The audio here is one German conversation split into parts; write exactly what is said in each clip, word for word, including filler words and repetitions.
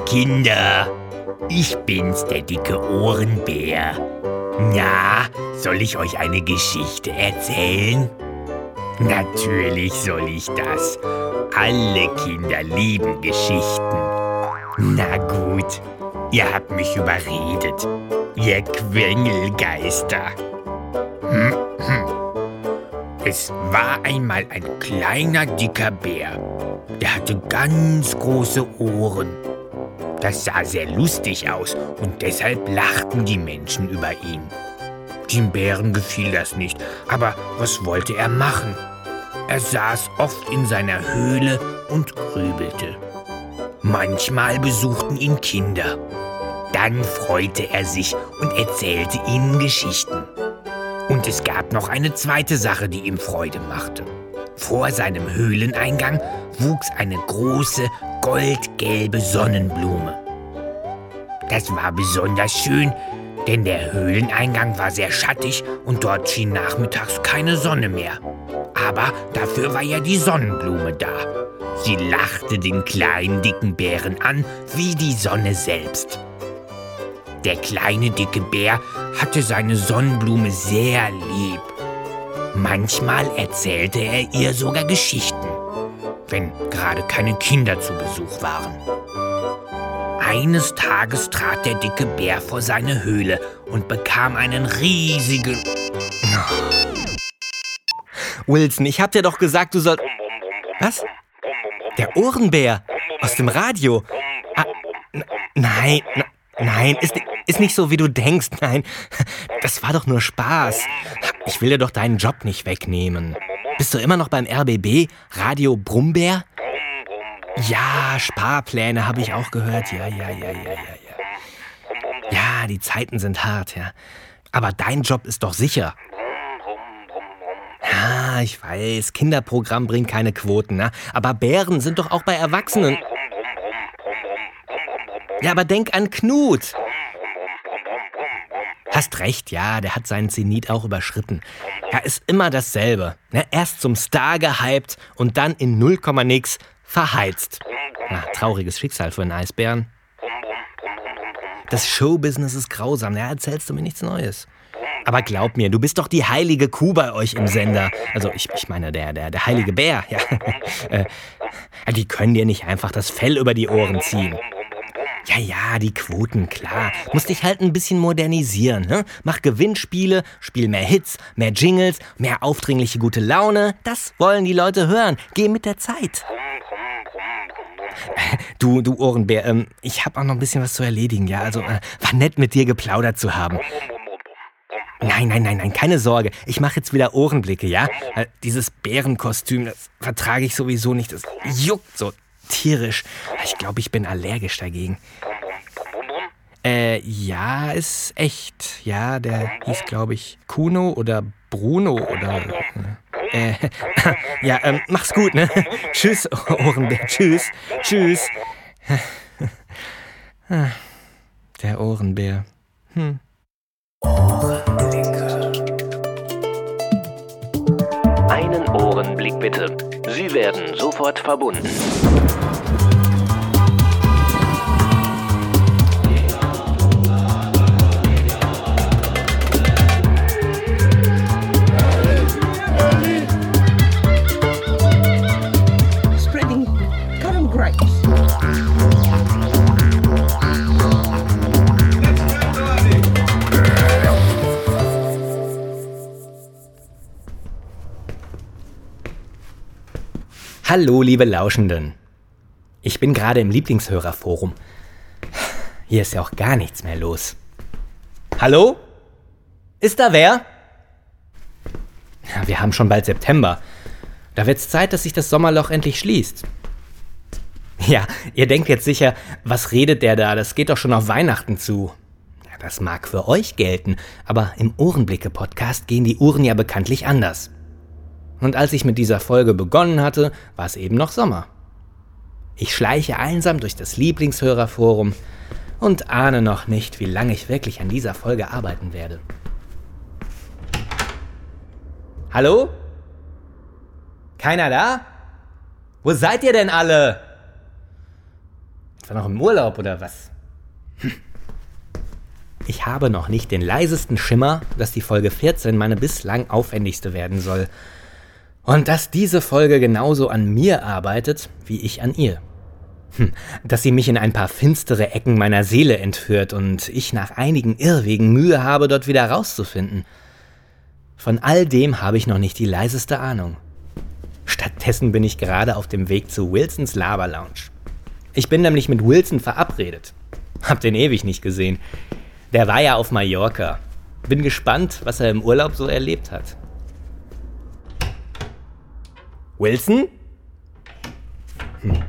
Kinder, ich bin's, der dicke Ohrenbär. Na, soll ich euch eine Geschichte erzählen? Natürlich soll ich das. Alle Kinder lieben Geschichten. Na gut, ihr habt mich überredet, ihr Quengelgeister. Hm, hm. Es war einmal ein kleiner, dicker Bär. Der hatte ganz große Ohren. Das sah sehr lustig aus und deshalb lachten die Menschen über ihn. Dem Bären gefiel das nicht, aber was wollte er machen? Er saß oft in seiner Höhle und grübelte. Manchmal besuchten ihn Kinder. Dann freute er sich und erzählte ihnen Geschichten. Und es gab noch eine zweite Sache, die ihm Freude machte. Vor seinem Höhleneingang wuchs eine große, goldgelbe Sonnenblume. Das war besonders schön, denn der Höhleneingang war sehr schattig und dort schien nachmittags keine Sonne mehr. Aber dafür war ja die Sonnenblume da. Sie lachte den kleinen, dicken Bären an, wie die Sonne selbst. Der kleine, dicke Bär hatte seine Sonnenblume sehr lieb. Manchmal erzählte er ihr sogar Geschichten, wenn gerade keine Kinder zu Besuch waren. Eines Tages trat der dicke Bär vor seine Höhle und bekam einen riesigen... Wilson, ich hab dir doch gesagt, du sollst... Was? Der Ohrenbär aus dem Radio? Ah, n- nein, n- nein, ist, ist nicht so, wie du denkst, nein. Das war doch nur Spaß. Ich will dir doch deinen Job nicht wegnehmen. Bist du immer noch beim R B B, Radio Brummbär? Ja, Sparpläne habe ich auch gehört. Ja, ja, ja, ja, ja, ja. Ja, die Zeiten sind hart, ja. Aber dein Job ist doch sicher. Ja, ich weiß, Kinderprogramm bringt keine Quoten, ne? Aber Bären sind doch auch bei Erwachsenen. Ja, aber denk an Knut. Hast recht, ja, der hat seinen Zenit auch überschritten. Er ist immer dasselbe. Ne? Erst zum Star gehypt und dann in null Komma nix verheizt. Na, trauriges Schicksal für einen Eisbären. Das Showbusiness ist grausam, da erzählst du mir nichts Neues. Aber glaub mir, du bist doch die heilige Kuh bei euch im Sender. Also ich, ich meine, der, der, der heilige Bär. Ja. äh, die können dir nicht einfach das Fell über die Ohren ziehen. Ja, ja, die Quoten, klar. Musst dich halt ein bisschen modernisieren. Ne? Mach Gewinnspiele, spiel mehr Hits, mehr Jingles, mehr aufdringliche gute Laune. Das wollen die Leute hören. Geh mit der Zeit. Du, du Ohrenbär, ähm, ich hab auch noch ein bisschen was zu erledigen, ja. Also, äh, war nett mit dir geplaudert zu haben. Nein, nein, nein, nein, keine Sorge. Ich mache jetzt wieder Ohrenblicke, ja? Äh, dieses Bärenkostüm, das vertrage ich sowieso nicht. Das juckt so tierisch. Ich glaube, ich bin allergisch dagegen. Äh, ja, ist echt. Ja, der hieß, glaube ich, Kuno oder Bruno oder... Äh, ja, ähm, mach's gut, ne? Tschüss, Ohrenbär, tschüss, tschüss. Der Ohrenbär. Hm. Ohrenblicke. Einen Ohrenblick bitte. Sie werden sofort verbunden. Spreading current grapes. Hallo, liebe Lauschenden. Ich bin gerade im Lieblingshörerforum. Hier ist ja auch gar nichts mehr los. Hallo? Ist da wer? Ja, wir haben schon bald September. Da wird's Zeit, dass sich das Sommerloch endlich schließt. Ja, ihr denkt jetzt sicher, was redet der da? Das geht doch schon auf Weihnachten zu. Ja, das mag für euch gelten, aber im Ohrenblicke-Podcast gehen die Uhren ja bekanntlich anders. Und als ich mit dieser Folge begonnen hatte, war es eben noch Sommer. Ich schleiche einsam durch das Lieblingshörerforum und ahne noch nicht, wie lange ich wirklich an dieser Folge arbeiten werde. Hallo? Keiner da? Wo seid ihr denn alle? Ist er noch im Urlaub oder was? Hm. Ich habe noch nicht den leisesten Schimmer, dass die Folge vierzehn meine bislang aufwendigste werden soll. Und dass diese Folge genauso an mir arbeitet, wie ich an ihr. Hm. Dass sie mich in ein paar finstere Ecken meiner Seele entführt und ich nach einigen Irrwegen Mühe habe, dort wieder rauszufinden. Von all dem habe ich noch nicht die leiseste Ahnung. Stattdessen bin ich gerade auf dem Weg zu Wilsons Laber Lounge. Ich bin nämlich mit Wilson verabredet. Hab den ewig nicht gesehen. Der war ja auf Mallorca. Bin gespannt, was er im Urlaub so erlebt hat. Wilson? Hm.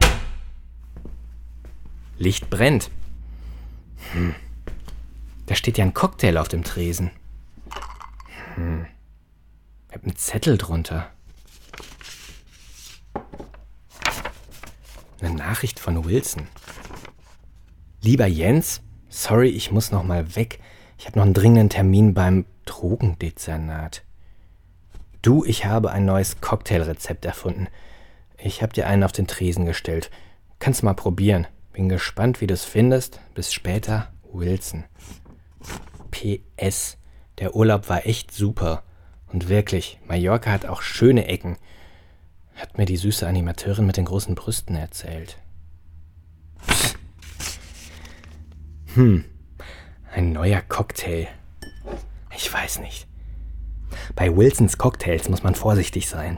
Licht brennt. Hm. Da steht ja ein Cocktail auf dem Tresen. Hm. Ich hab einen Zettel drunter. Eine Nachricht von Wilson. Lieber Jens, sorry, ich muss noch mal weg. Ich habe noch einen dringenden Termin beim Drogendezernat. Du, ich habe ein neues Cocktailrezept erfunden. Ich habe dir einen auf den Tresen gestellt. Kannst mal probieren. Bin gespannt, wie du es findest. Bis später, Wilson. P S. Der Urlaub war echt super. Und wirklich, Mallorca hat auch schöne Ecken. Hat mir die süße Animateurin mit den großen Brüsten erzählt. Hm, ein neuer Cocktail. Ich weiß nicht. Bei Wilsons Cocktails muss man vorsichtig sein.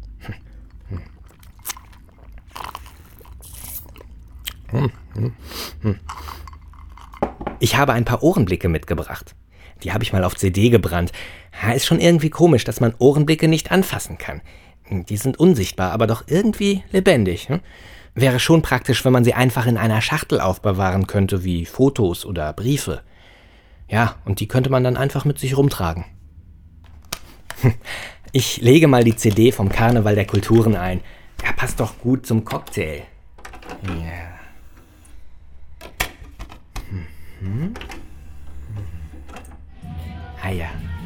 Ich habe ein paar Ohrenblicke mitgebracht. Die habe ich mal auf C D gebrannt. Ja, ist schon irgendwie komisch, dass man Ohrenblicke nicht anfassen kann. Die sind unsichtbar, aber doch irgendwie lebendig. Hm? Wäre schon praktisch, wenn man sie einfach in einer Schachtel aufbewahren könnte, wie Fotos oder Briefe. Ja, und die könnte man dann einfach mit sich rumtragen. Ich lege mal die C D vom Karneval der Kulturen ein. Ja, passt doch gut zum Cocktail. Ja. Mhm. Ah ja.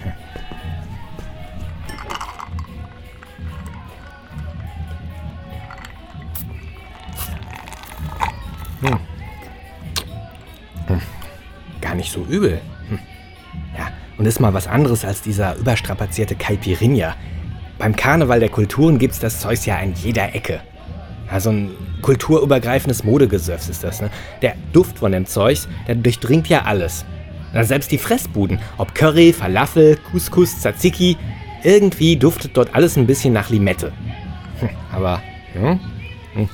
Hm. Hm. Gar nicht so übel. Hm. Ja, und ist mal was anderes als dieser überstrapazierte Caipirinha. Beim Karneval der Kulturen gibt's das Zeug ja in jeder Ecke. Ja, so ein kulturübergreifendes Modegesöffs ist das, ne? Der Duft von dem Zeug, der durchdringt ja alles. Ja, selbst die Fressbuden, ob Curry, Falafel, Couscous, Tzatziki, irgendwie duftet dort alles ein bisschen nach Limette. Hm, aber, ja, hm.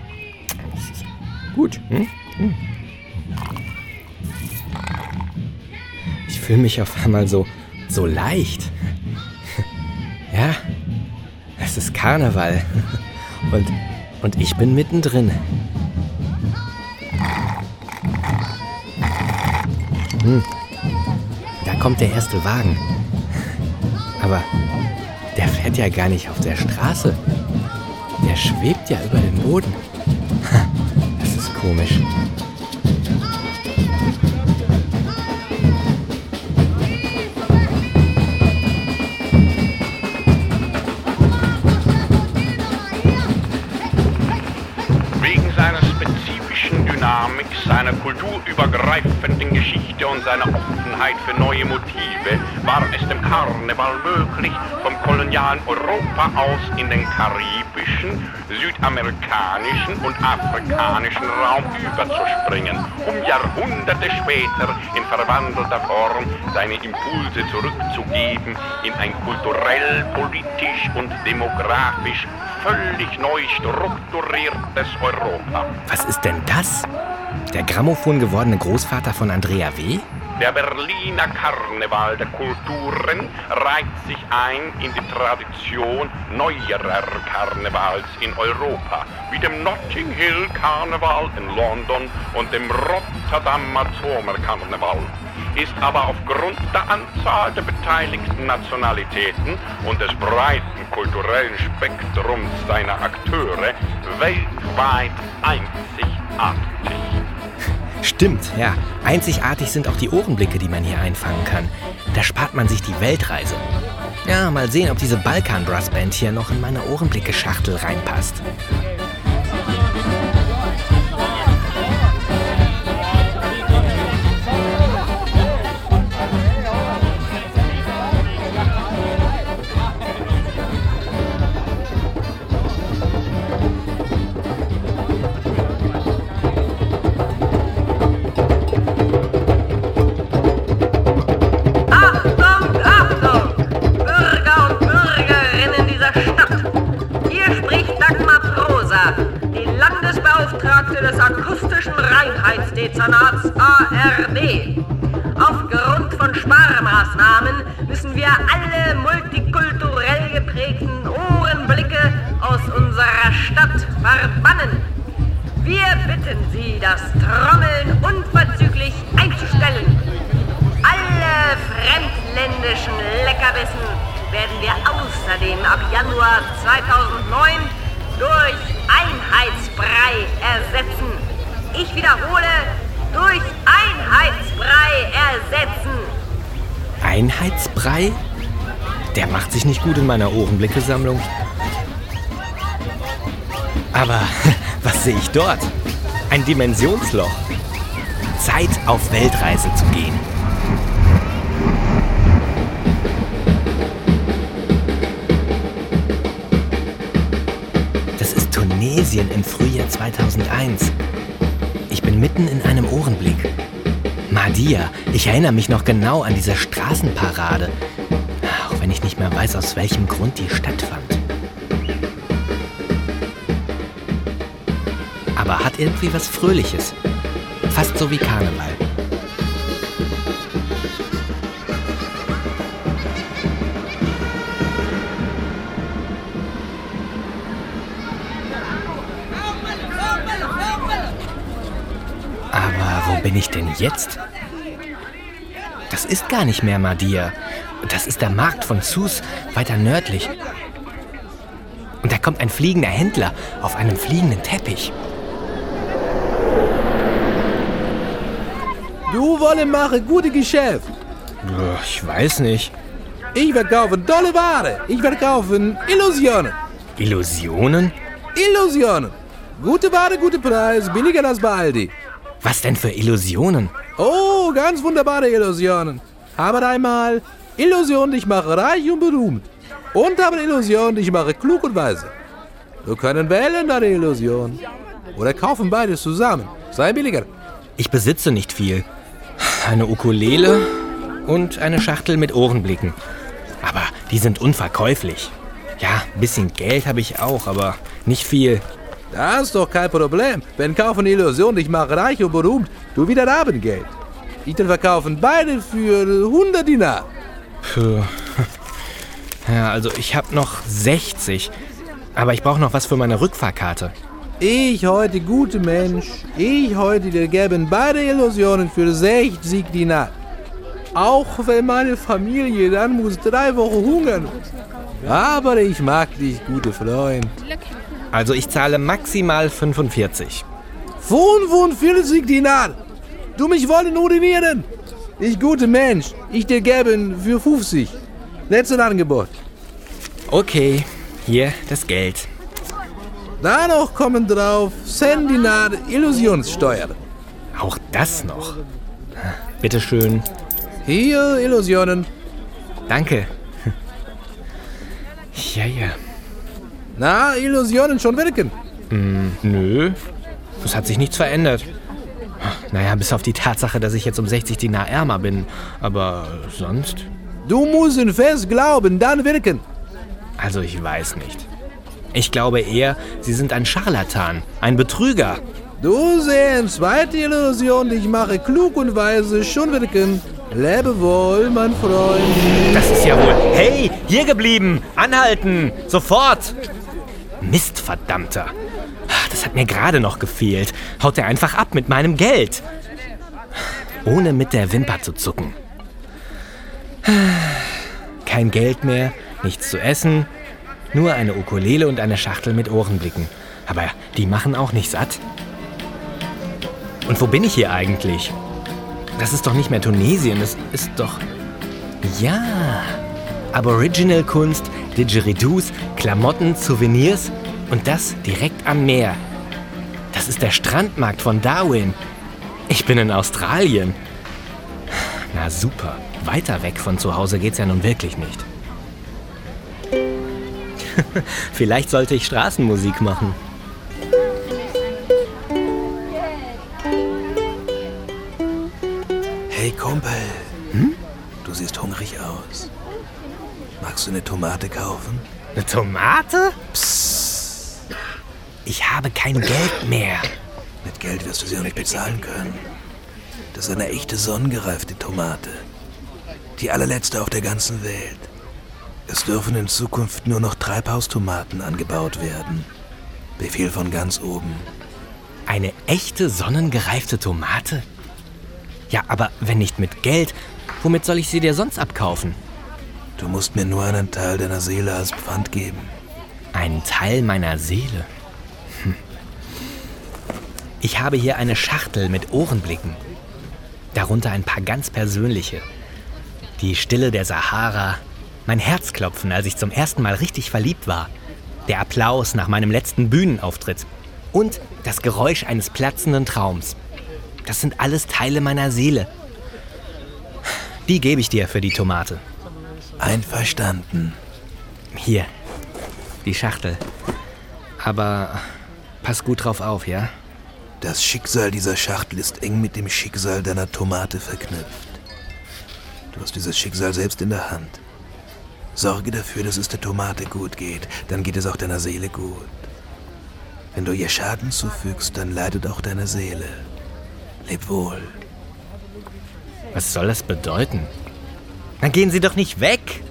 Gut. Hm? Hm. Ich fühle mich auf einmal so, so leicht. Ja, es ist Karneval. Und, und ich bin mittendrin. Hm. Da kommt der erste Wagen. Aber der fährt ja gar nicht auf der Straße. Der schwebt ja über dem Boden. Das ist komisch. Wegen seiner spezifischen Dynamik, seiner kulturübergreifenden Geschichte und seiner Offenheit für neue Motive war es dem Karneval möglich, vom kolonialen Europa aus in den karibischen, südamerikanischen und afrikanischen Raum überzuspringen, um Jahrhunderte später in verwandelter Form seine Impulse zurückzugeben in ein kulturell, politisch und demografisch völlig neu strukturiertes Europa. Was ist denn das? Der Grammophon gewordene Großvater von Andrea W.? Der Berliner Karneval der Kulturen reiht sich ein in die Tradition neuerer Karnevals in Europa, wie dem Notting Hill Karneval in London und dem Rotterdamer Sommerkarneval, ist aber aufgrund der Anzahl der beteiligten Nationalitäten und des breiten kulturellen Spektrums seiner Akteure weltweit einzigartig. Stimmt, ja. Einzigartig sind auch die Ohrenblicke, die man hier einfangen kann. Da spart man sich die Weltreise. Ja, mal sehen, ob diese Balkan-Brass-Band hier noch in meine Ohrenblicke-Schachtel reinpasst. B. Aufgrund von Sparmaßnahmen müssen wir alle multikulturell geprägten Ohrenblicke aus unserer Stadt verbannen. Wir bitten Sie, das Trommeln unverzüglich einzustellen. Alle fremdländischen Leckerbissen werden wir außerdem ab Januar zweitausendneun durch Einheitsbrei ersetzen. Ich wiederhole, durch Einheitsbrei ersetzen. Einheitsbrei? Der macht sich nicht gut in meiner Ohrenblicke-Sammlung. Aber was sehe ich dort? Ein Dimensionsloch. Zeit, auf Weltreise zu gehen. Das ist Tunesien im Frühjahr zweitausendeins. Ich bin mitten in einem Ohrenblick. Mahdia, ich erinnere mich noch genau an diese Straßenparade. Auch wenn ich nicht mehr weiß, aus welchem Grund die stattfand. Aber hat irgendwie was Fröhliches. Fast so wie Karneval. Aber wo bin ich denn jetzt? Das ist gar nicht mehr Mahdia. Das ist der Markt von Sousse, weiter nördlich. Und da kommt ein fliegender Händler auf einem fliegenden Teppich. Du wolle machen gute Geschäft. Ich weiß nicht. Ich verkaufe tolle Ware. Ich verkaufe Illusionen. Illusionen? Illusionen. Gute Ware, guter Preis, billiger als bei Aldi. Was denn für Illusionen? Oh, ganz wunderbare Illusionen. Habe einmal Illusionen, ich mache reich und berühmt. Und habe Illusionen, ich mache klug und weise. Du können wählen deine Illusion. Oder kaufen beides zusammen. Sei billiger. Ich besitze nicht viel. Eine Ukulele und eine Schachtel mit Ohrenblicken. Aber die sind unverkäuflich. Ja, ein bisschen Geld habe ich auch, aber nicht viel. Das ist doch kein Problem. Wenn kaufen Illusion dich macht reich und berühmt, du wieder Abendgeld. Ich dann verkaufen beide für hundert Dinar. Puh. Ja, also ich habe noch sechzig. Aber ich brauche noch was für meine Rückfahrkarte. Ich heute gute Mensch, ich heute dir geben beide Illusionen für sechzig Dinar. Auch wenn meine Familie dann muss drei Wochen hungern. Aber ich mag dich, gute Freund. Also ich zahle maximal fünfundvierzig. fünfundvierzig Dinar? Du mich wollen urinieren? Ich gute Mensch, ich dir geben für fünfzig. Letztes Angebot. Okay, hier das Geld. Da noch kommen drauf zehn Dinar Illusionssteuer. Auch das noch? Bitteschön. Hier Illusionen. Danke. Ja, ja. Na, Illusionen schon wirken? Mm, nö. Es hat sich nichts verändert. Naja, bis auf die Tatsache, dass ich jetzt um sechzig Dinar ärmer bin. Aber sonst? Du musst fest glauben, dann wirken. Also ich weiß nicht. Ich glaube eher, Sie sind ein Scharlatan, ein Betrüger. Du sehen, zweite Illusion, ich mache klug und weise, schon wirken. Lebe wohl, mein Freund. Das ist ja wohl... Hey, hier geblieben! Anhalten! Sofort! Mist, verdammter. Das hat mir gerade noch gefehlt. Haut er einfach ab mit meinem Geld. Ohne mit der Wimper zu zucken. Kein Geld mehr, nichts zu essen... Nur eine Ukulele und eine Schachtel mit Ohrenblicken. Aber die machen auch nicht satt. Und wo bin ich hier eigentlich? Das ist doch nicht mehr Tunesien, das ist doch... Ja, Aboriginal-Kunst, Didgeridoos, Klamotten, Souvenirs und das direkt am Meer. Das ist der Strandmarkt von Darwin. Ich bin in Australien. Na super, weiter weg von zu Hause geht's ja nun wirklich nicht. Vielleicht sollte ich Straßenmusik machen. Hey Kumpel, Hm? du siehst hungrig aus. Magst du eine Tomate kaufen? Eine Tomate? Psst. Ich habe kein Geld mehr. Mit Geld wirst du sie auch nicht bezahlen können. Das ist eine echte sonnengereifte Tomate. Die allerletzte auf der ganzen Welt. Es dürfen in Zukunft nur noch Treibhaustomaten angebaut werden. Befehl von ganz oben. Eine echte sonnengereifte Tomate? Ja, aber wenn nicht mit Geld, womit soll ich sie dir sonst abkaufen? Du musst mir nur einen Teil deiner Seele als Pfand geben. Einen Teil meiner Seele? Hm. Ich habe hier eine Schachtel mit Ohrenblicken. Darunter ein paar ganz persönliche. Die Stille der Sahara, mein Herzklopfen, als ich zum ersten Mal richtig verliebt war, der Applaus nach meinem letzten Bühnenauftritt und das Geräusch eines platzenden Traums. Das sind alles Teile meiner Seele. Die gebe ich dir für die Tomate. Einverstanden. Hier, die Schachtel. Aber pass gut drauf auf, ja? Das Schicksal dieser Schachtel ist eng mit dem Schicksal deiner Tomate verknüpft. Du hast dieses Schicksal selbst in der Hand. Sorge dafür, dass es der Tomate gut geht, dann geht es auch deiner Seele gut. Wenn du ihr Schaden zufügst, dann leidet auch deine Seele. Leb wohl. Was soll das bedeuten? Dann gehen Sie doch nicht weg!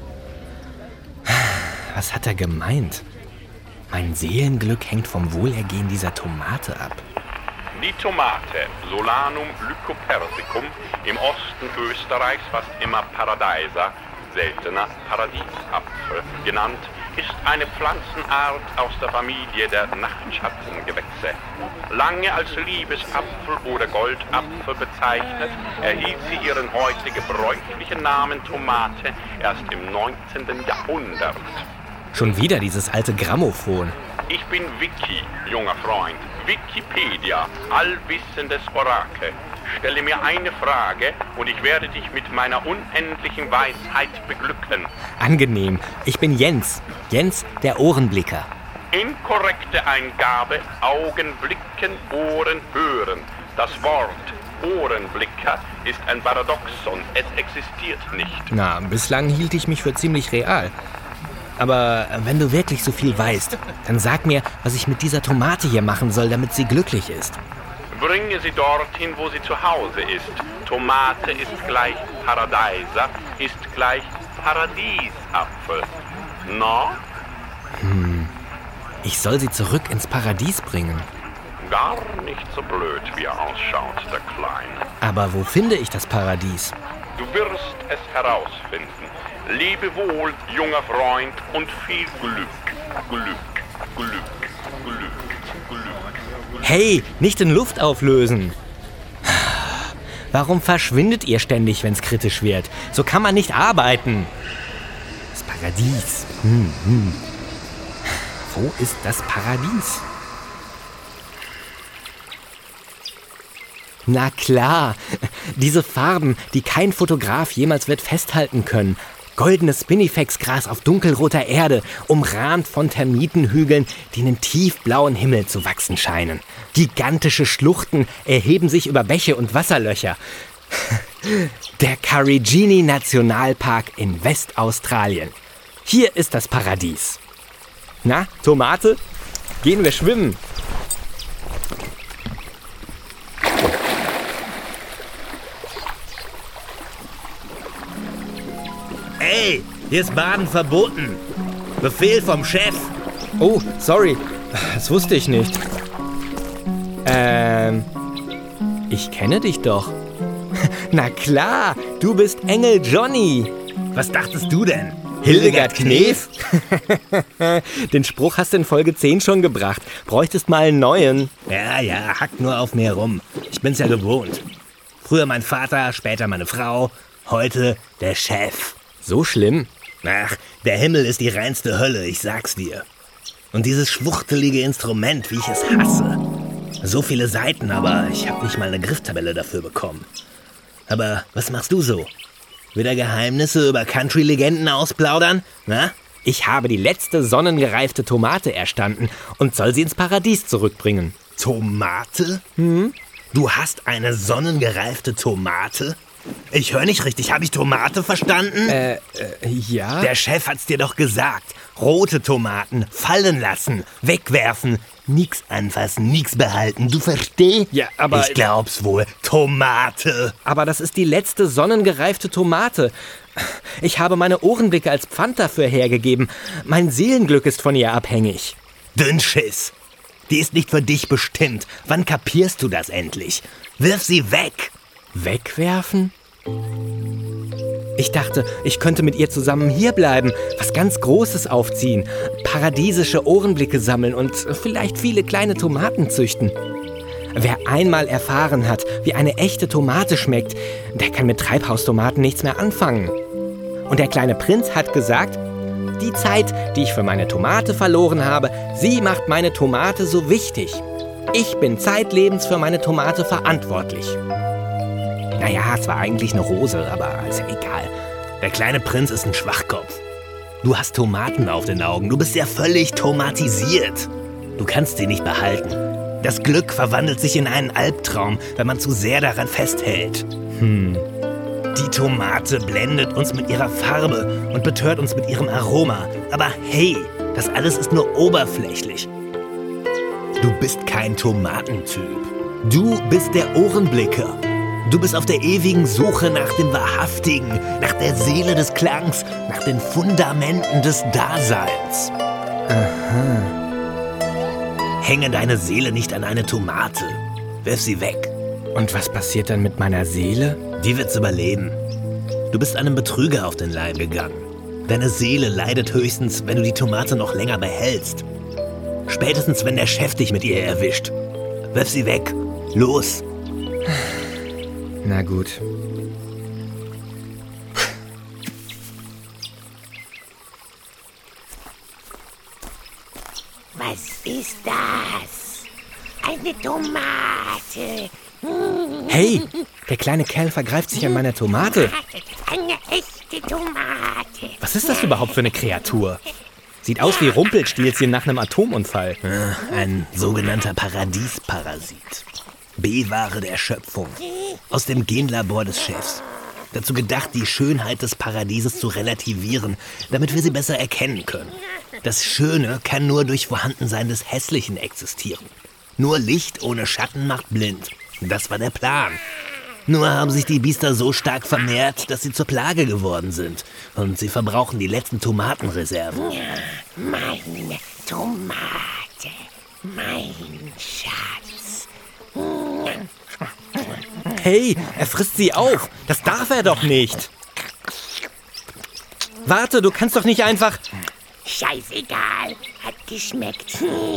Was hat er gemeint? Mein Seelenglück hängt vom Wohlergehen dieser Tomate ab. Die Tomate, Solanum lycopersicum, im Osten Österreichs fast immer Paradeiser, seltener Paradiesapfel genannt, ist eine Pflanzenart aus der Familie der Nachtschattengewächse. Lange als Liebesapfel oder Goldapfel bezeichnet, erhielt sie ihren heute gebräuchlichen Namen Tomate erst im neunzehnten Jahrhundert. Schon wieder dieses alte Grammophon. Ich bin Wiki, junger Freund. Wikipedia, allwissendes Orakel. Stelle mir eine Frage und ich werde dich mit meiner unendlichen Weisheit beglücken. Angenehm. Ich bin Jens. Jens, der Ohrenblicker. Inkorrekte Eingabe, Augen blicken, Ohren hören. Das Wort Ohrenblicker ist ein Paradoxon. Es existiert nicht. Na, bislang hielt ich mich für ziemlich real. Aber wenn du wirklich so viel weißt, dann sag mir, was ich mit dieser Tomate hier machen soll, damit sie glücklich ist. Bringe sie dorthin, wo sie zu Hause ist. Tomate ist gleich Paradeiser, ist gleich Paradiesapfel. Na? Hm, ich soll sie zurück ins Paradies bringen. Gar nicht so blöd, wie er ausschaut, der Kleine. Aber wo finde ich das Paradies? Du wirst es herausfinden. Lebe wohl, junger Freund, und viel Glück. Glück, Glück, Glück, Glück. Hey, nicht in Luft auflösen. Warum verschwindet ihr ständig, wenn es kritisch wird? So kann man nicht arbeiten. Das Paradies. Hm, hm. Wo ist das Paradies? Na klar, diese Farben, die kein Fotograf jemals wird festhalten können. Goldenes Spinifex-Gras auf dunkelroter Erde, umrahmt von Termitenhügeln, die in den tiefblauen Himmel zu wachsen scheinen. Gigantische Schluchten erheben sich über Bäche und Wasserlöcher. Der Karijini-Nationalpark in Westaustralien. Hier ist das Paradies. Na, Tomate? Gehen wir schwimmen. Hey, hier ist Baden verboten. Befehl vom Chef. Oh, sorry. Das wusste ich nicht. Ähm, ich kenne dich doch. Na klar, du bist Engel Johnny. Was dachtest du denn? Hildegard Knef? Den Spruch hast du in Folge zehn schon gebracht. Bräuchtest mal einen neuen. Ja, ja, hackt nur auf mir rum. Ich bin's ja gewohnt. Früher mein Vater, später meine Frau, heute der Chef. So schlimm? Ach, der Himmel ist die reinste Hölle, ich sag's dir. Und dieses schwuchtelige Instrument, wie ich es hasse. So viele Seiten, aber ich habe nicht mal eine Grifftabelle dafür bekommen. Aber was machst du so? Wieder Geheimnisse über Country-Legenden ausplaudern? Na? Ich habe die letzte sonnengereifte Tomate erstanden und soll sie ins Paradies zurückbringen. Tomate? Hm? Du hast eine sonnengereifte Tomate? Ich höre nicht richtig. Habe ich Tomate verstanden? Äh, äh, ja? Der Chef hat's dir doch gesagt. Rote Tomaten fallen lassen, wegwerfen, Nix anfassen, nix behalten, du verstehst? Ja, aber... Ich glaub's wohl. Tomate. Aber das ist die letzte sonnengereifte Tomate. Ich habe meine Ohrenblicke als Pfand dafür hergegeben. Mein Seelenglück ist von ihr abhängig. Dünnschiss. Die ist nicht für dich bestimmt. Wann kapierst du das endlich? Wirf sie weg. Wegwerfen? Ich dachte, ich könnte mit ihr zusammen hierbleiben, was ganz Großes aufziehen, paradiesische Ohrenblicke sammeln und vielleicht viele kleine Tomaten züchten. Wer einmal erfahren hat, wie eine echte Tomate schmeckt, der kann mit Treibhaustomaten nichts mehr anfangen. Und der kleine Prinz hat gesagt, die Zeit, die ich für meine Tomate verloren habe, sie macht meine Tomate so wichtig. Ich bin zeitlebens für meine Tomate verantwortlich. Naja, es war eigentlich eine Rose, aber ist ja egal. Der kleine Prinz ist ein Schwachkopf. Du hast Tomaten auf den Augen, du bist ja völlig tomatisiert. Du kannst sie nicht behalten. Das Glück verwandelt sich in einen Albtraum, wenn man zu sehr daran festhält. Hm. Die Tomate blendet uns mit ihrer Farbe und betört uns mit ihrem Aroma. Aber hey, das alles ist nur oberflächlich. Du bist kein Tomatentyp. Du bist der Ohrenblicker. Du bist auf der ewigen Suche nach dem Wahrhaftigen, nach der Seele des Klangs, nach den Fundamenten des Daseins. Aha. Hänge deine Seele nicht an eine Tomate. Wirf sie weg. Und was passiert dann mit meiner Seele? Die wird's überleben. Du bist einem Betrüger auf den Leim gegangen. Deine Seele leidet höchstens, wenn du die Tomate noch länger behältst. Spätestens, wenn der Chef dich mit ihr erwischt. Wirf sie weg. Los. Na gut. Was ist das? Eine Tomate. Hey, der kleine Kerl vergreift sich an meiner Tomate. Eine echte Tomate. Was ist das überhaupt für eine Kreatur? Sieht aus wie Rumpelstilzchen nach einem Atomunfall. Ein sogenannter Paradiesparasit. B-Ware der Schöpfung. Aus dem Genlabor des Chefs. Dazu gedacht, die Schönheit des Paradieses zu relativieren, damit wir sie besser erkennen können. Das Schöne kann nur durch Vorhandensein des Hässlichen existieren. Nur Licht ohne Schatten macht blind. Das war der Plan. Nur haben sich die Biester so stark vermehrt, dass sie zur Plage geworden sind. Und sie verbrauchen die letzten Tomatenreserven. Meine Tomate. Mein Schatz. Hey, er frisst sie auf. Das darf er doch nicht. Warte, du kannst doch nicht einfach... Scheißegal, hat geschmeckt.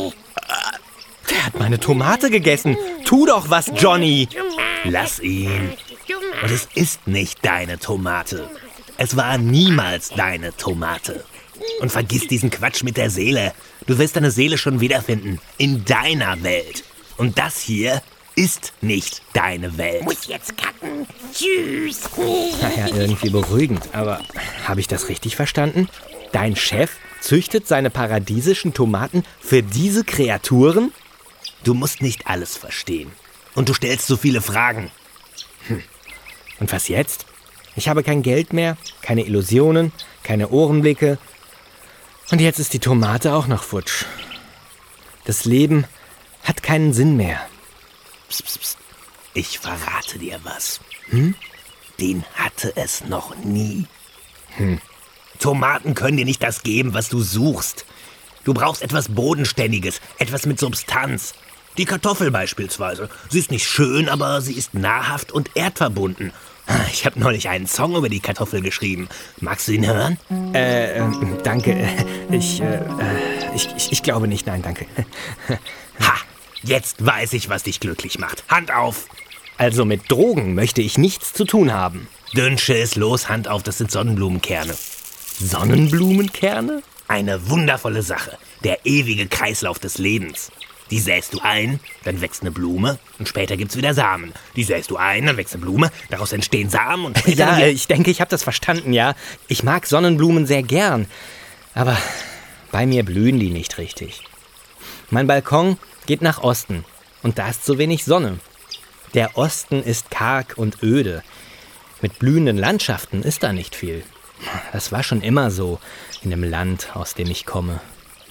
Der hat meine Tomate gegessen. Tu doch was, Johnny. Lass ihn. Und es ist nicht deine Tomate. Es war niemals deine Tomate. Und vergiss diesen Quatsch mit der Seele. Du wirst deine Seele schon wiederfinden. In deiner Welt. Und das hier ist nicht deine Welt. Muss jetzt kacken. Tschüss. Naja, irgendwie beruhigend. Aber habe ich das richtig verstanden? Dein Chef züchtet seine paradiesischen Tomaten für diese Kreaturen? Du musst nicht alles verstehen. Und du stellst so viele Fragen. Hm. Und was jetzt? Ich habe kein Geld mehr, keine Illusionen, keine Ohrenblicke. Und jetzt ist die Tomate auch noch futsch. Das Leben hat keinen Sinn mehr. Psst, psst, psst. Ich verrate dir was. Hm? Den hatte es noch nie. Hm. Tomaten können dir nicht das geben, was du suchst. Du brauchst etwas Bodenständiges, etwas mit Substanz. Die Kartoffel beispielsweise. Sie ist nicht schön, aber sie ist nahrhaft und erdverbunden. Ich habe neulich einen Song über die Kartoffel geschrieben. Magst du ihn hören? Äh, äh danke. Ich, äh, ich, ich, ich glaube nicht, nein, danke. Ha, jetzt weiß ich, was dich glücklich macht. Hand auf! Also mit Drogen möchte ich nichts zu tun haben. Dünnschiss, los, Hand auf, das sind Sonnenblumenkerne. Sonnenblumenkerne? Eine wundervolle Sache. Der ewige Kreislauf des Lebens. Die säst du ein, dann wächst eine Blume und später gibt's wieder Samen. Die säst du ein, dann wächst eine Blume, daraus entstehen Samen und später... Ja, ich denke, ich habe das verstanden, ja. Ich mag Sonnenblumen sehr gern, aber bei mir blühen die nicht richtig. Mein Balkon geht nach Osten und da ist zu wenig Sonne. Der Osten ist karg und öde. Mit blühenden Landschaften ist da nicht viel. Das war schon immer so in dem Land, aus dem ich komme.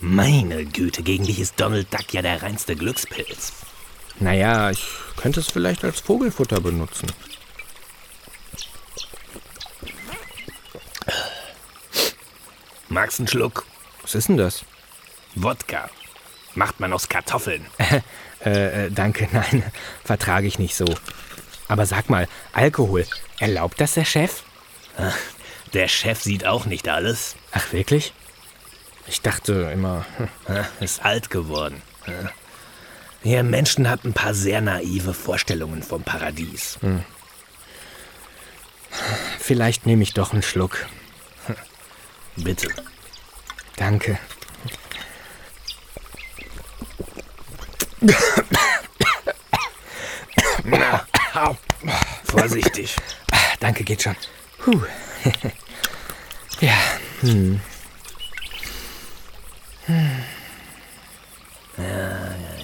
Meine Güte, gegen dich ist Donald Duck ja der reinste Glückspilz. Naja, ich könnte es vielleicht als Vogelfutter benutzen. Magst einen Schluck? Was ist denn das? Wodka. Macht man aus Kartoffeln. äh, äh, danke, nein, vertrage ich nicht so. Aber sag mal, Alkohol, erlaubt das der Chef? Der Chef sieht auch nicht alles. Ach, wirklich? Ich dachte immer... Hm. Ist alt geworden. Ihr Menschen habt ein paar sehr naive Vorstellungen vom Paradies. Hm. Vielleicht nehme ich doch einen Schluck. Bitte. Danke. Na, vorsichtig. Danke, geht schon. Puh. Ja. Hm. Hm. Ja, ja,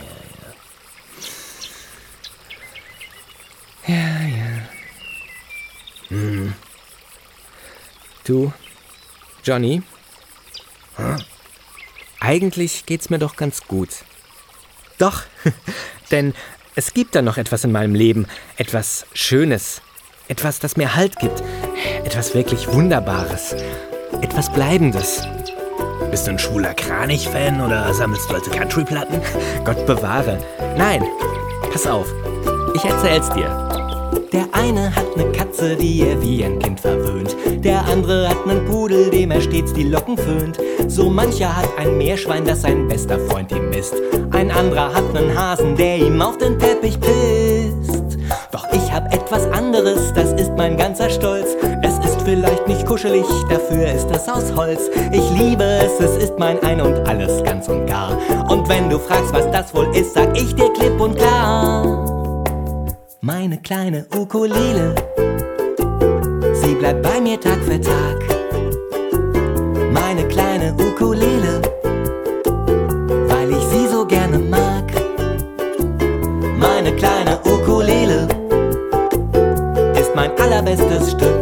ja, ja. Ja, ja. Hm. Du, Johnny? Hm? Eigentlich geht's mir doch ganz gut. Doch, denn es gibt da noch etwas in meinem Leben, etwas Schönes, etwas, das mir Halt gibt, etwas wirklich Wunderbares, etwas Bleibendes. Bist du ein schwuler Kranich-Fan oder sammelst du alte Country-Platten? Gott bewahre. Nein, pass auf, ich erzähl's dir. Der eine hat eine Katze, die er wie ein Kind verwöhnt. Der andere hat einen Pudel, dem er stets die Locken föhnt. So mancher hat ein Meerschwein, das sein bester Freund ihm ist. Ein anderer hat einen Hasen, der ihm auf den Teppich pisst. Doch ich hab etwas anderes, das ist mein ganzer Stolz. Es ist vielleicht nicht kuschelig, dafür ist es aus Holz. Ich liebe es, es ist mein Ein und Alles, ganz und gar. Und wenn du fragst, was das wohl ist, sag ich dir klipp und klar: meine kleine Ukulele, sie bleibt bei mir Tag für Tag. Meine kleine Ukulele, weil ich sie so gerne mag. Meine kleine Ukulele ist mein allerbestes Stück.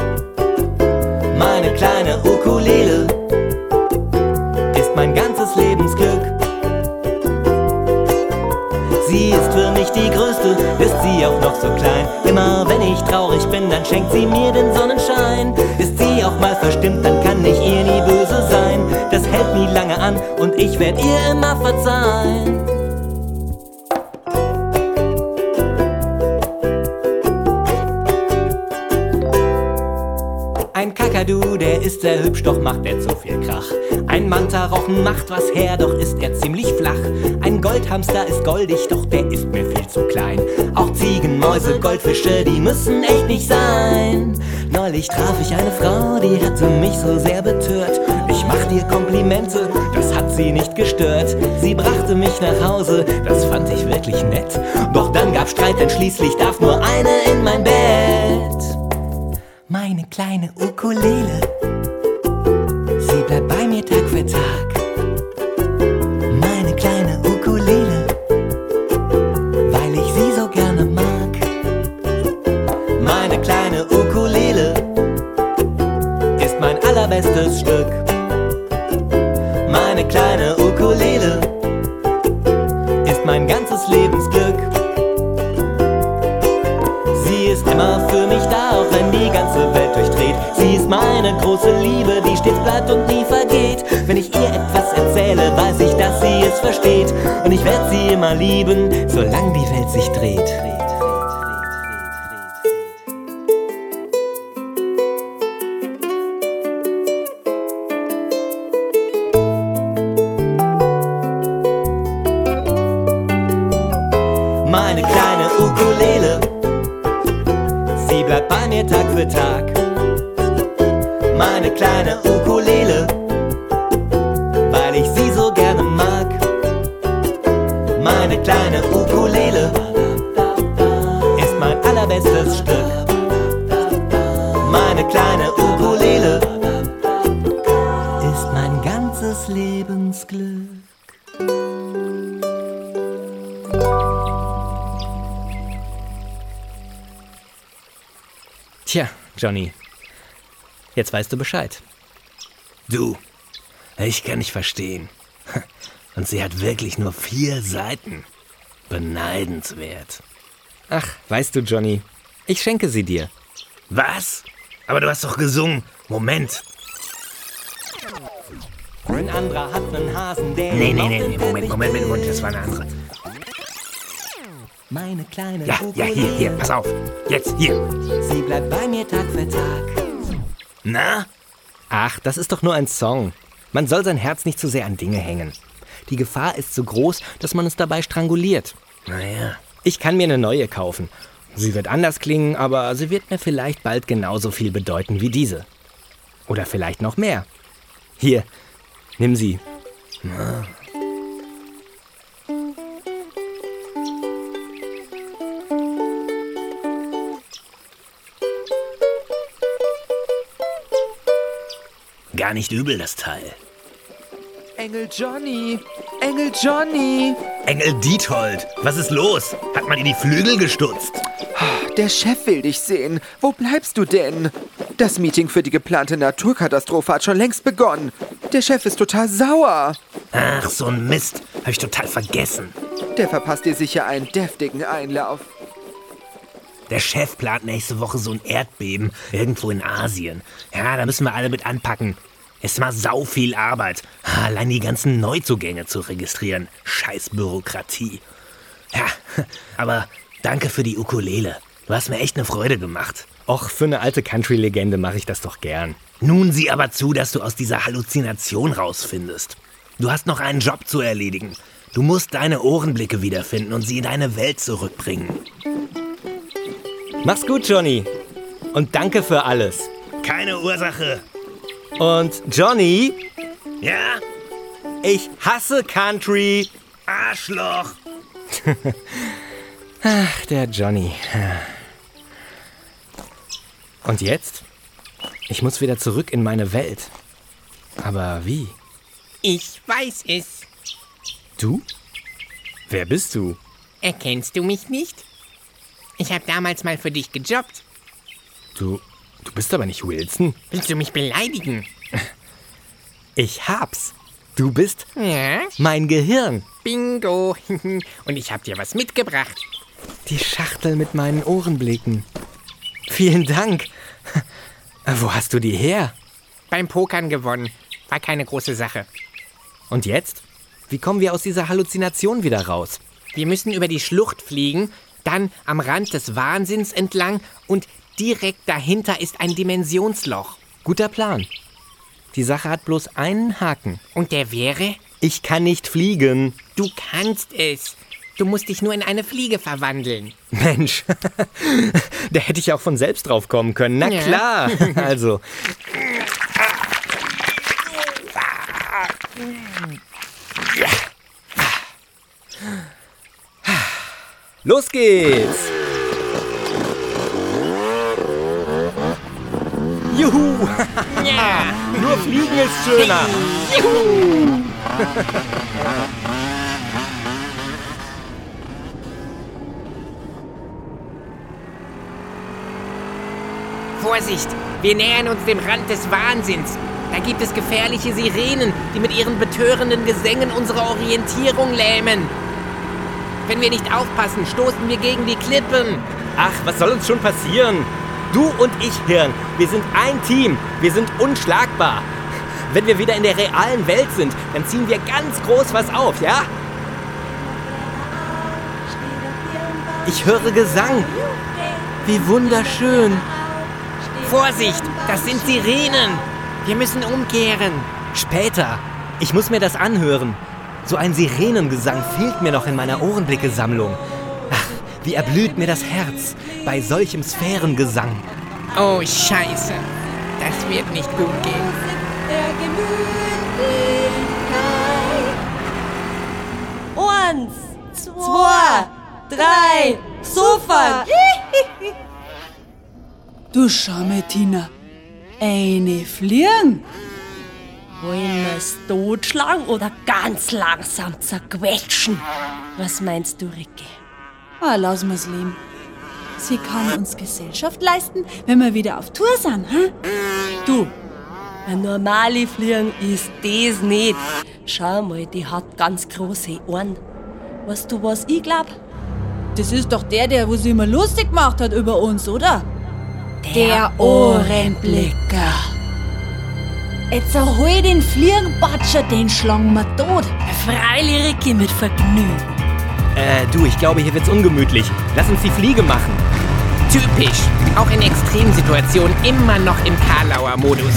Meine kleine Ukulele ist mein ganzes Lebensglück. Sie ist für mich die größte, ist sie auch noch so klein. Immer wenn ich traurig bin, dann schenkt sie mir den Sonnenschein. Ist sie auch mal verstimmt, dann kann ich ihr nie böse sein. Das hält nie lange an und ich werd ihr immer verzeihen. Ein Kakadu, der ist sehr hübsch, doch macht er zu viel Krach. Ein Mantarochen macht was her, doch ist er ziemlich flach. Ein Goldhamster ist goldig, doch der ist mir viel zu klein. Auch Ziegen, Mäuse, Goldfische, die müssen echt nicht sein. Neulich traf ich eine Frau, die hatte mich so sehr betört. Ich machte ihr Komplimente, das hat sie nicht gestört. Sie brachte mich nach Hause, das fand ich wirklich nett. Doch dann gab's Streit, denn schließlich darf nur eine in mein Bett. Meine kleine Ukulele, sie bleibt bei mir Tag für Tag. Meine kleine Ukulele, weil ich sie so gerne mag. Meine kleine Ukulele ist mein allerbestes Stück. Meine kleine Ukulele ist mein ganzes Lebensglück. Sie ist immer für mich da, auch wenn die ganze Welt durchdreht. Sie ist meine große Liebe, die stets bleibt und nie vergeht. Wenn ich ihr etwas erzähle, weiß ich, dass sie es versteht. Und ich werde sie immer lieben, solange die Welt sich dreht. Meine kleine Ukulele, sie bleibt bei mir Tag für Tag. Meine kleine Ukulele, weil ich sie so gerne mag. Meine kleine Ukulele ist mein allerbestes Stück. Meine kleine Ukulele ist mein ganzes Lebensglück. Tja, Johnny, jetzt weißt du Bescheid. Du, ich kann nicht verstehen. Und sie hat wirklich nur vier Seiten. Beneidenswert. Ach, weißt du, Johnny, ich schenke sie dir. Was? Aber du hast doch gesungen. Moment. Ein anderer hat einen Hasen, der... Nee, nee, nee, nee, Moment, Moment, Moment, Moment, das war eine andere. Meine kleine... Ja, ja, hier, hier, pass auf. Jetzt, hier. Sie bleibt bei mir Tag für Tag. Na? Ach, das ist doch nur ein Song. Man soll sein Herz nicht zu sehr an Dinge hängen. Die Gefahr ist so groß, dass man es dabei stranguliert. Naja. Ich kann mir eine neue kaufen. Sie wird anders klingen, aber sie wird mir vielleicht bald genauso viel bedeuten wie diese. Oder vielleicht noch mehr. Hier, nimm sie. Na. Gar nicht übel, das Teil. Engel Johnny! Engel Johnny! Engel Diethold, was ist los? Hat man dir die Flügel gestutzt? Der Chef will dich sehen. Wo bleibst du denn? Das Meeting für die geplante Naturkatastrophe hat schon längst begonnen. Der Chef ist total sauer. Ach, so ein Mist. Hab ich total vergessen. Der verpasst dir sicher einen deftigen Einlauf. Der Chef plant nächste Woche so ein Erdbeben irgendwo in Asien. Ja, da müssen wir alle mit anpacken. Ist mal sau viel Arbeit. Allein die ganzen Neuzugänge zu registrieren. Scheiß Bürokratie. Ja, aber danke für die Ukulele. Du hast mir echt eine Freude gemacht. Och, für eine alte Country-Legende mache ich das doch gern. Nun sieh aber zu, dass du aus dieser Halluzination rausfindest. Du hast noch einen Job zu erledigen. Du musst deine Ohrenblicke wiederfinden und sie in deine Welt zurückbringen. Mach's gut, Johnny. Und danke für alles. Keine Ursache. Und Johnny? Ja? Ich hasse Country. Arschloch. Ach, der Johnny. Und jetzt? Ich muss wieder zurück in meine Welt. Aber wie? Ich weiß es. Du? Wer bist du? Erkennst du mich nicht? Ich habe damals mal für dich gejobbt. Du, du bist aber nicht Wilson. Willst du mich beleidigen? Ich hab's. Du bist Ja? mein Gehirn. Bingo. Und ich habe dir was mitgebracht. Die Schachtel mit meinen Ohrenblicken. Vielen Dank. Wo hast du die her? Beim Pokern gewonnen. War keine große Sache. Und jetzt? Wie kommen wir aus dieser Halluzination wieder raus? Wir müssen über die Schlucht fliegen, dann am Rand des Wahnsinns entlang und direkt dahinter ist ein Dimensionsloch. Guter Plan. Die Sache hat bloß einen Haken. Und der wäre? Ich kann nicht fliegen. Du kannst es. Du musst dich nur in eine Fliege verwandeln. Mensch, da hätte ich auch von selbst drauf kommen können. Na Ja. klar. Also. Los geht's. Juhu. Ja. Nur fliegen ist schöner. Juhu. Vorsicht, wir nähern uns dem Rand des Wahnsinns. Da gibt es gefährliche Sirenen, die mit ihren betörenden Gesängen unsere Orientierung lähmen. Wenn wir nicht aufpassen, stoßen wir gegen die Klippen. Ach, was soll uns schon passieren? Du und ich, Hirn, wir sind ein Team. Wir sind unschlagbar. Wenn wir wieder in der realen Welt sind, dann ziehen wir ganz groß was auf, ja? Ich höre Gesang. Wie wunderschön. Vorsicht, das sind Sirenen. Wir müssen umkehren. Später. Ich muss mir das anhören. So ein Sirenengesang fehlt mir noch in meiner Ohrenblicke-Sammlung. Ach, wie erblüht mir das Herz bei solchem Sphärengesang. Oh, Scheiße. Das wird nicht gut gehen. Eins, zwei, drei, sofort! Du schau mal, Tina. Eine fliegen. Wollen wir's totschlagen oder ganz langsam zerquetschen? Was meinst du, Ricky? Ah, lassen wir's leben. Sie kann uns Gesellschaft leisten, wenn wir wieder auf Tour sind, hä? Du, ein normale Fliegen ist das nicht. Schau mal, die hat ganz große Ohren. Weißt du, was ich glaub? Das ist doch der, der wo sich immer lustig gemacht hat über uns, oder? Der Ohrenblicker. Jetzt erhol den Fliegenbatscher, den schlagen wir tot. Freilich, Ricky, mit Vergnügen. Äh, du, ich glaube, hier wird's ungemütlich. Lass uns die Fliege machen. Typisch. Auch in Extremsituationen immer noch im Karlauer-Modus.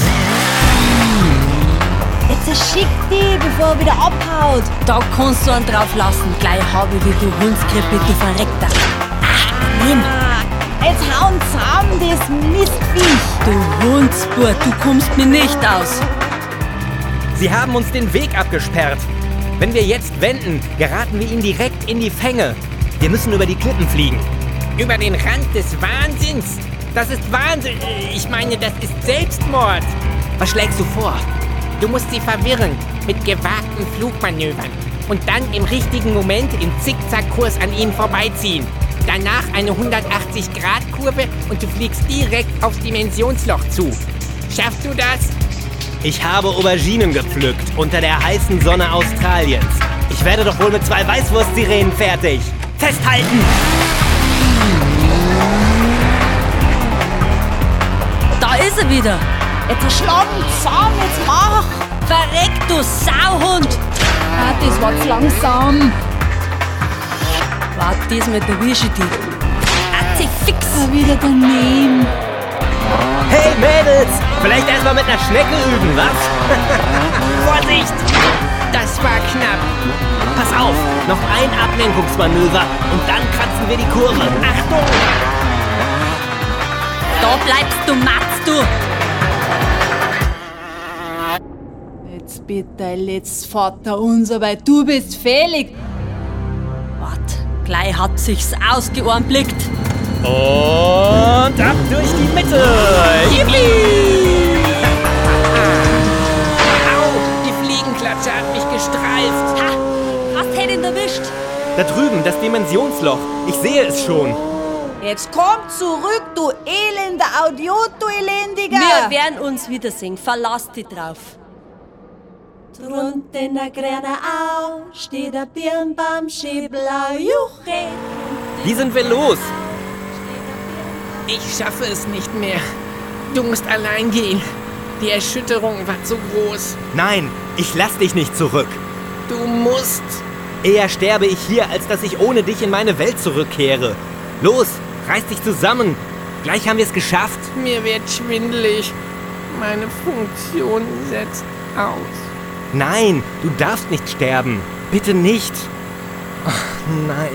Jetzt erschick die, bevor er wieder abhaut. Da kannst du einen drauf lassen. Gleich habe ich wie du Hundskrippe, du Verreckter. Ach, nimm. Jetzt hauen zusammen, das Mistviech. Du Hundsburt, du kommst mir nicht aus. Sie haben uns den Weg abgesperrt. Wenn wir jetzt wenden, geraten wir ihnen direkt in die Fänge. Wir müssen über die Klippen fliegen. Über den Rand des Wahnsinns? Das ist Wahnsinn. Ich meine, das ist Selbstmord. Was schlägst du vor? Du musst sie verwirren mit gewagten Flugmanövern und dann im richtigen Moment im Zickzackkurs an ihnen vorbeiziehen. Danach eine hundertachtzig Grad Kurve und du fliegst direkt aufs Dimensionsloch zu. Schaffst du das? Ich habe Auberginen gepflückt unter der heißen Sonne Australiens. Ich werde doch wohl mit zwei Weißwurstsirenen fertig. Festhalten! Da ist er wieder. Jetzt erschlagen zusammen, jetzt mach! Verreck, du Sauhund! Ah, das war zu langsam. Wart, diesmal erwische ich dich. Atzi fix! Ah, wieder daneben. Hey Mädels, vielleicht erstmal mit einer Schnecke üben, was? Vorsicht! Das war knapp. Pass auf, noch ein Ablenkungsmanöver und dann kratzen wir die Kurve. Achtung! Da bleibst du, Matz, du! Jetzt bitte, let's Vater unser, weil du bist fällig. Wart, gleich hat sich's ausgeohrenblickt. Und ab durch die Mitte! Yippie! Au, die Fliegenklatsche hat mich gestreift. Ha, hast hätt ihn erwischt. Da drüben, das Dimensionsloch. Ich sehe es schon. Jetzt komm zurück, du elender Audiot, du elendiger! Wir werden uns wiedersehen, verlass dich drauf. Drunten in der grüne Au steht der Birnbaum schön blau, juche. Wie sind wir los? Ich schaffe es nicht mehr. Du musst allein gehen. Die Erschütterung war zu groß. Nein, ich lass dich nicht zurück. Du musst. Eher sterbe ich hier, als dass ich ohne dich in meine Welt zurückkehre. Los, reiß dich zusammen. Gleich haben wir es geschafft. Mir wird schwindelig. Meine Funktion setzt aus. Nein, du darfst nicht sterben. Bitte nicht. Ach, nein.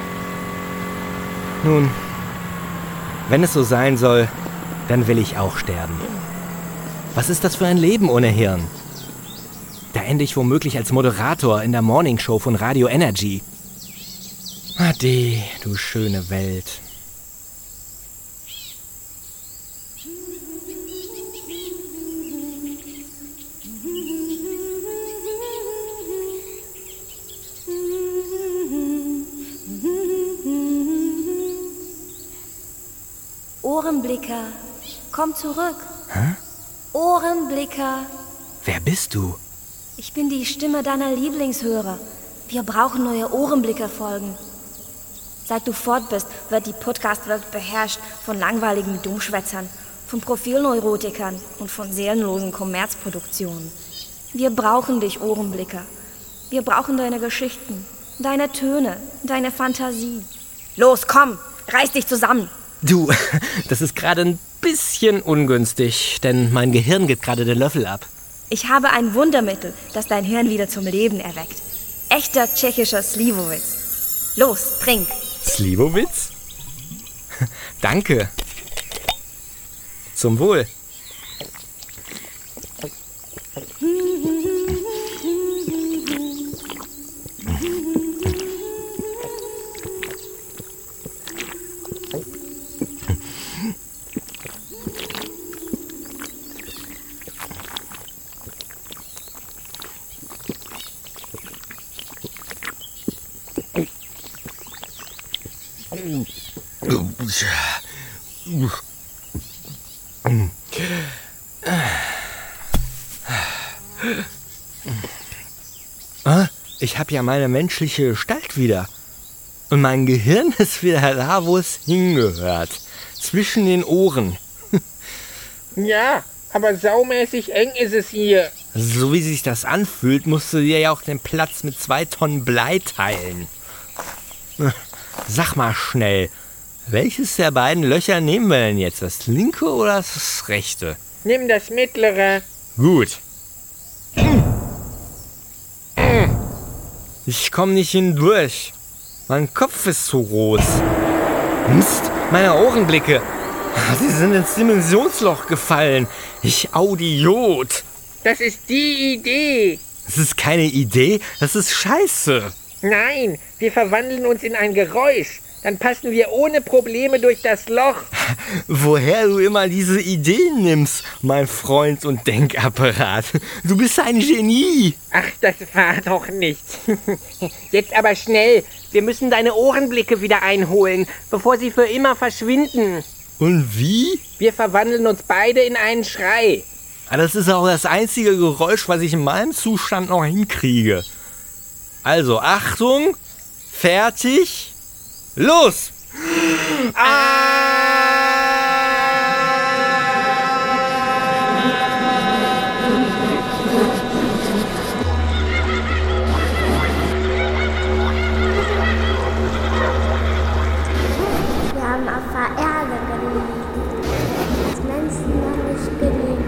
Nun, wenn es so sein soll, dann will ich auch sterben. Was ist das für ein Leben ohne Hirn? Da ende ich womöglich als Moderator in der Morningshow von Radio Energy. Ade, du schöne Welt. Ohrenblicker, komm zurück. Hä? Ohrenblicker. Wer bist du? Ich bin die Stimme deiner Lieblingshörer. Wir brauchen neue Ohrenblicker-Folgen. Seit du fort bist, wird die Podcast-Welt beherrscht von langweiligen Dummschwätzern, von Profilneurotikern und von seelenlosen Kommerzproduktionen. Wir brauchen dich, Ohrenblicker. Wir brauchen deine Geschichten, deine Töne, deine Fantasie. Los, komm, reiß dich zusammen. Du, das ist gerade ein bisschen ungünstig, denn mein Gehirn geht gerade den Löffel ab. Ich habe ein Wundermittel, das dein Hirn wieder zum Leben erweckt. Echter tschechischer Slivovitz. Los, trink. Slivovitz? Danke. Zum Wohl. Ich habe ja meine menschliche Gestalt wieder. Und mein Gehirn ist wieder da, wo es hingehört. Zwischen den Ohren. Ja, aber saumäßig eng ist es hier. So wie sich das anfühlt, musst du dir ja auch den Platz mit zwei Tonnen Blei teilen. Sag mal schnell, welches der beiden Löcher nehmen wir denn jetzt? Das linke oder das rechte? Nimm das mittlere. Gut. Ich komme nicht hindurch. Mein Kopf ist zu groß. Mist, meine Ohrenblicke. Sie sind ins Dimensionsloch gefallen. Ich Audiot. Das ist die Idee. Das ist keine Idee, das ist Scheiße. Nein, wir verwandeln uns in ein Geräusch. Dann passen wir ohne Probleme durch das Loch. Woher du immer diese Ideen nimmst, mein Freund und Denkapparat. Du bist ein Genie. Ach, das war doch nichts. Jetzt aber schnell. Wir müssen deine Ohrenblicke wieder einholen, bevor sie für immer verschwinden. Und wie? Wir verwandeln uns beide in einen Schrei. Das ist auch das einzige Geräusch, was ich in meinem Zustand noch hinkriege. Also, Achtung, fertig, los! Wir haben auf der Erde gelebt, als Menschen noch nicht gelebt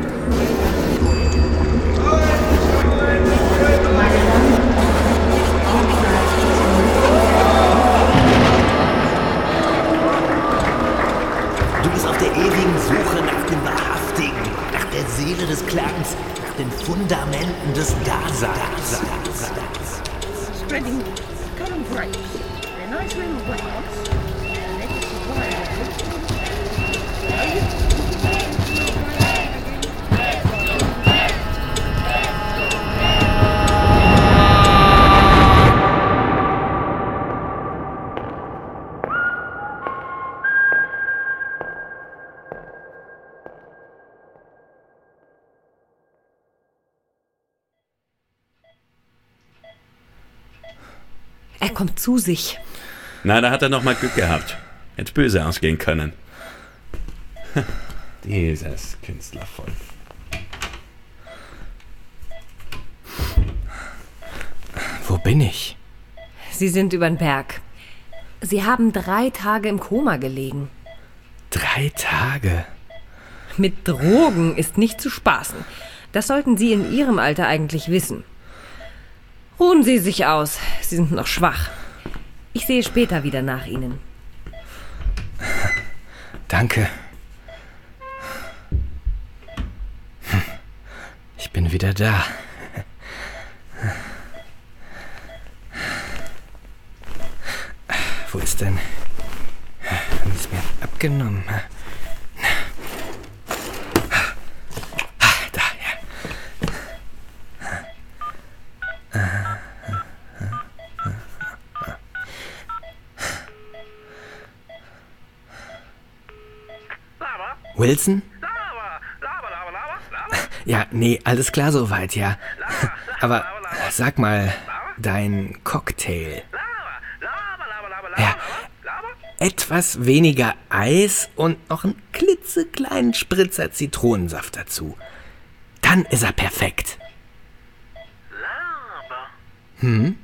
Du bist auf der ewigen Suche nach dem Wahrhaftigen, nach der Seele des Klangs, nach den Fundamenten des Daseins. Spreading cotton grapes. They're nice little plants. And they can Er kommt zu sich. Na, da hat er noch mal Glück gehabt. Hätte böse ausgehen können. Dieses Künstlervolk. Wo bin ich? Sie sind über den Berg. Sie haben drei Tage im Koma gelegen. Drei Tage? Mit Drogen ist nicht zu spaßen. Das sollten Sie in Ihrem Alter eigentlich wissen. Ruhen Sie sich aus. Sie sind noch schwach. Ich sehe später wieder nach Ihnen. Danke. Ich bin wieder da. Wo ist denn? Haben Sie es mir abgenommen? Da, ja. Wilson? Ja, nee, alles klar soweit, ja. Aber sag mal, dein Cocktail. Ja, etwas weniger Eis und noch einen klitzekleinen Spritzer Zitronensaft dazu. Dann ist er perfekt. Hm?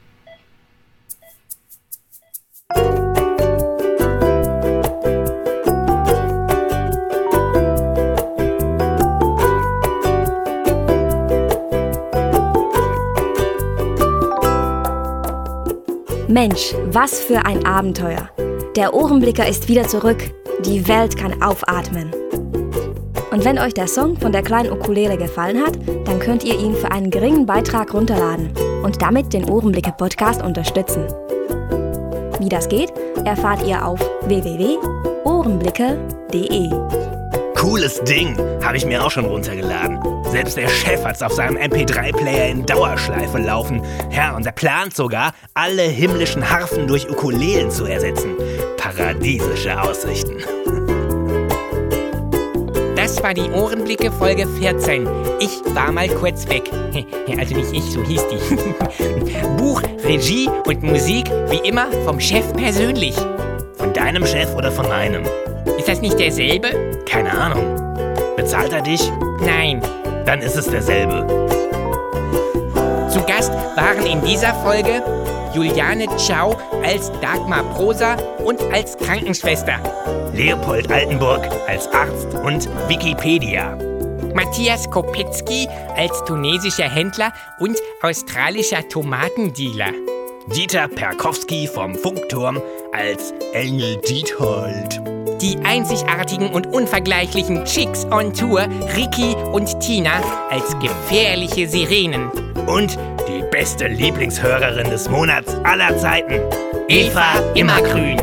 Mensch, was für ein Abenteuer. Der Ohrenblicker ist wieder zurück. Die Welt kann aufatmen. Und wenn euch der Song von der kleinen Ukulele gefallen hat, dann könnt ihr ihn für einen geringen Beitrag runterladen und damit den Ohrenblicke-Podcast unterstützen. Wie das geht, erfahrt ihr auf w w w punkt ohrenblicke punkt d e. Cooles Ding, habe ich mir auch schon runtergeladen. Selbst der Chef hat's auf seinem M P drei Player in Dauerschleife laufen. Ja, und er plant sogar, alle himmlischen Harfen durch Ukulelen zu ersetzen. Paradiesische Aussichten. Das war die Ohrenblicke Folge vierzehn. Ich war mal kurz weg. Also nicht ich, so hieß die. Buch, Regie und Musik wie immer vom Chef persönlich. Von deinem Chef oder von meinem? Ist das nicht derselbe? Keine Ahnung. Bezahlt er dich? Nein. Dann ist es derselbe. Zu Gast waren in dieser Folge Juliane Ciao als Dagmar Prosa und als Krankenschwester. Leopold Altenburg als Arzt und Wikipedia. Matthias Kopetzky als tunesischer Händler und australischer Tomatendealer. Dieter Perkowski vom Funkturm als Engel Diethold. Die einzigartigen und unvergleichlichen Chicks on Tour, Ricky und Tina als gefährliche Sirenen. Und die beste Lieblingshörerin des Monats aller Zeiten, Eva Immergrün.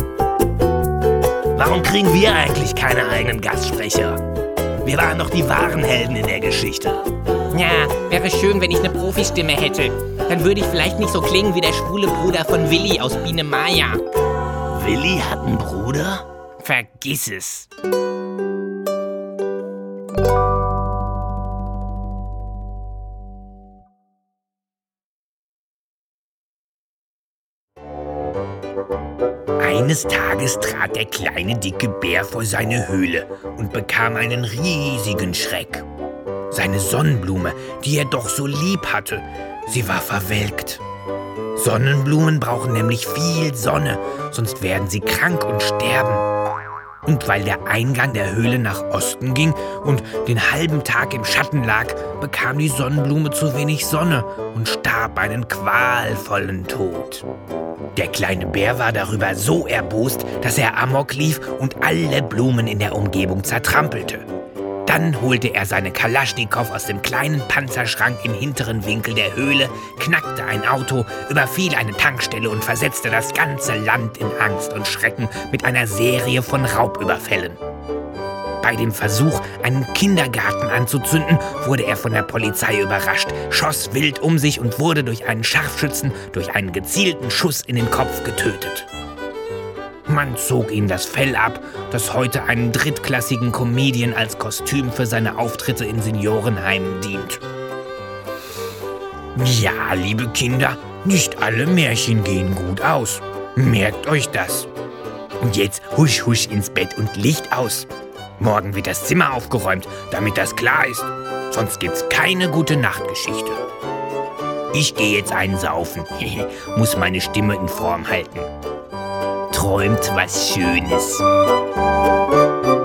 Warum kriegen wir eigentlich keine eigenen Gastsprecher? Wir waren doch die wahren Helden in der Geschichte. Ja, wäre schön, wenn ich eine Profistimme hätte. Dann würde ich vielleicht nicht so klingen wie der schwule Bruder von Willi aus Biene Maya. Willi hat einen Bruder? Vergiss es. Eines Tages trat der kleine dicke Bär vor seine Höhle und bekam einen riesigen Schreck. Seine Sonnenblume, die er doch so lieb hatte, sie war verwelkt. Sonnenblumen brauchen nämlich viel Sonne, sonst werden sie krank und sterben. Und weil der Eingang der Höhle nach Osten ging und den halben Tag im Schatten lag, bekam die Sonnenblume zu wenig Sonne und starb einen qualvollen Tod. Der kleine Bär war darüber so erbost, dass er amok lief und alle Blumen in der Umgebung zertrampelte. Dann holte er seine Kalaschnikow aus dem kleinen Panzerschrank im hinteren Winkel der Höhle, knackte ein Auto, überfiel eine Tankstelle und versetzte das ganze Land in Angst und Schrecken mit einer Serie von Raubüberfällen. Bei dem Versuch, einen Kindergarten anzuzünden, wurde er von der Polizei überrascht, schoss wild um sich und wurde durch einen Scharfschützen durch einen gezielten Schuss in den Kopf getötet. Man zog ihm das Fell ab, das heute einem drittklassigen Comedian als Kostüm für seine Auftritte in Seniorenheimen dient. Ja, liebe Kinder, nicht alle Märchen gehen gut aus. Merkt euch das. Und jetzt husch husch ins Bett und Licht aus. Morgen wird das Zimmer aufgeräumt, damit das klar ist. Sonst gibt's keine gute Nachtgeschichte. Ich gehe jetzt einen saufen. Muss meine Stimme in Form halten. Träumt was Schönes.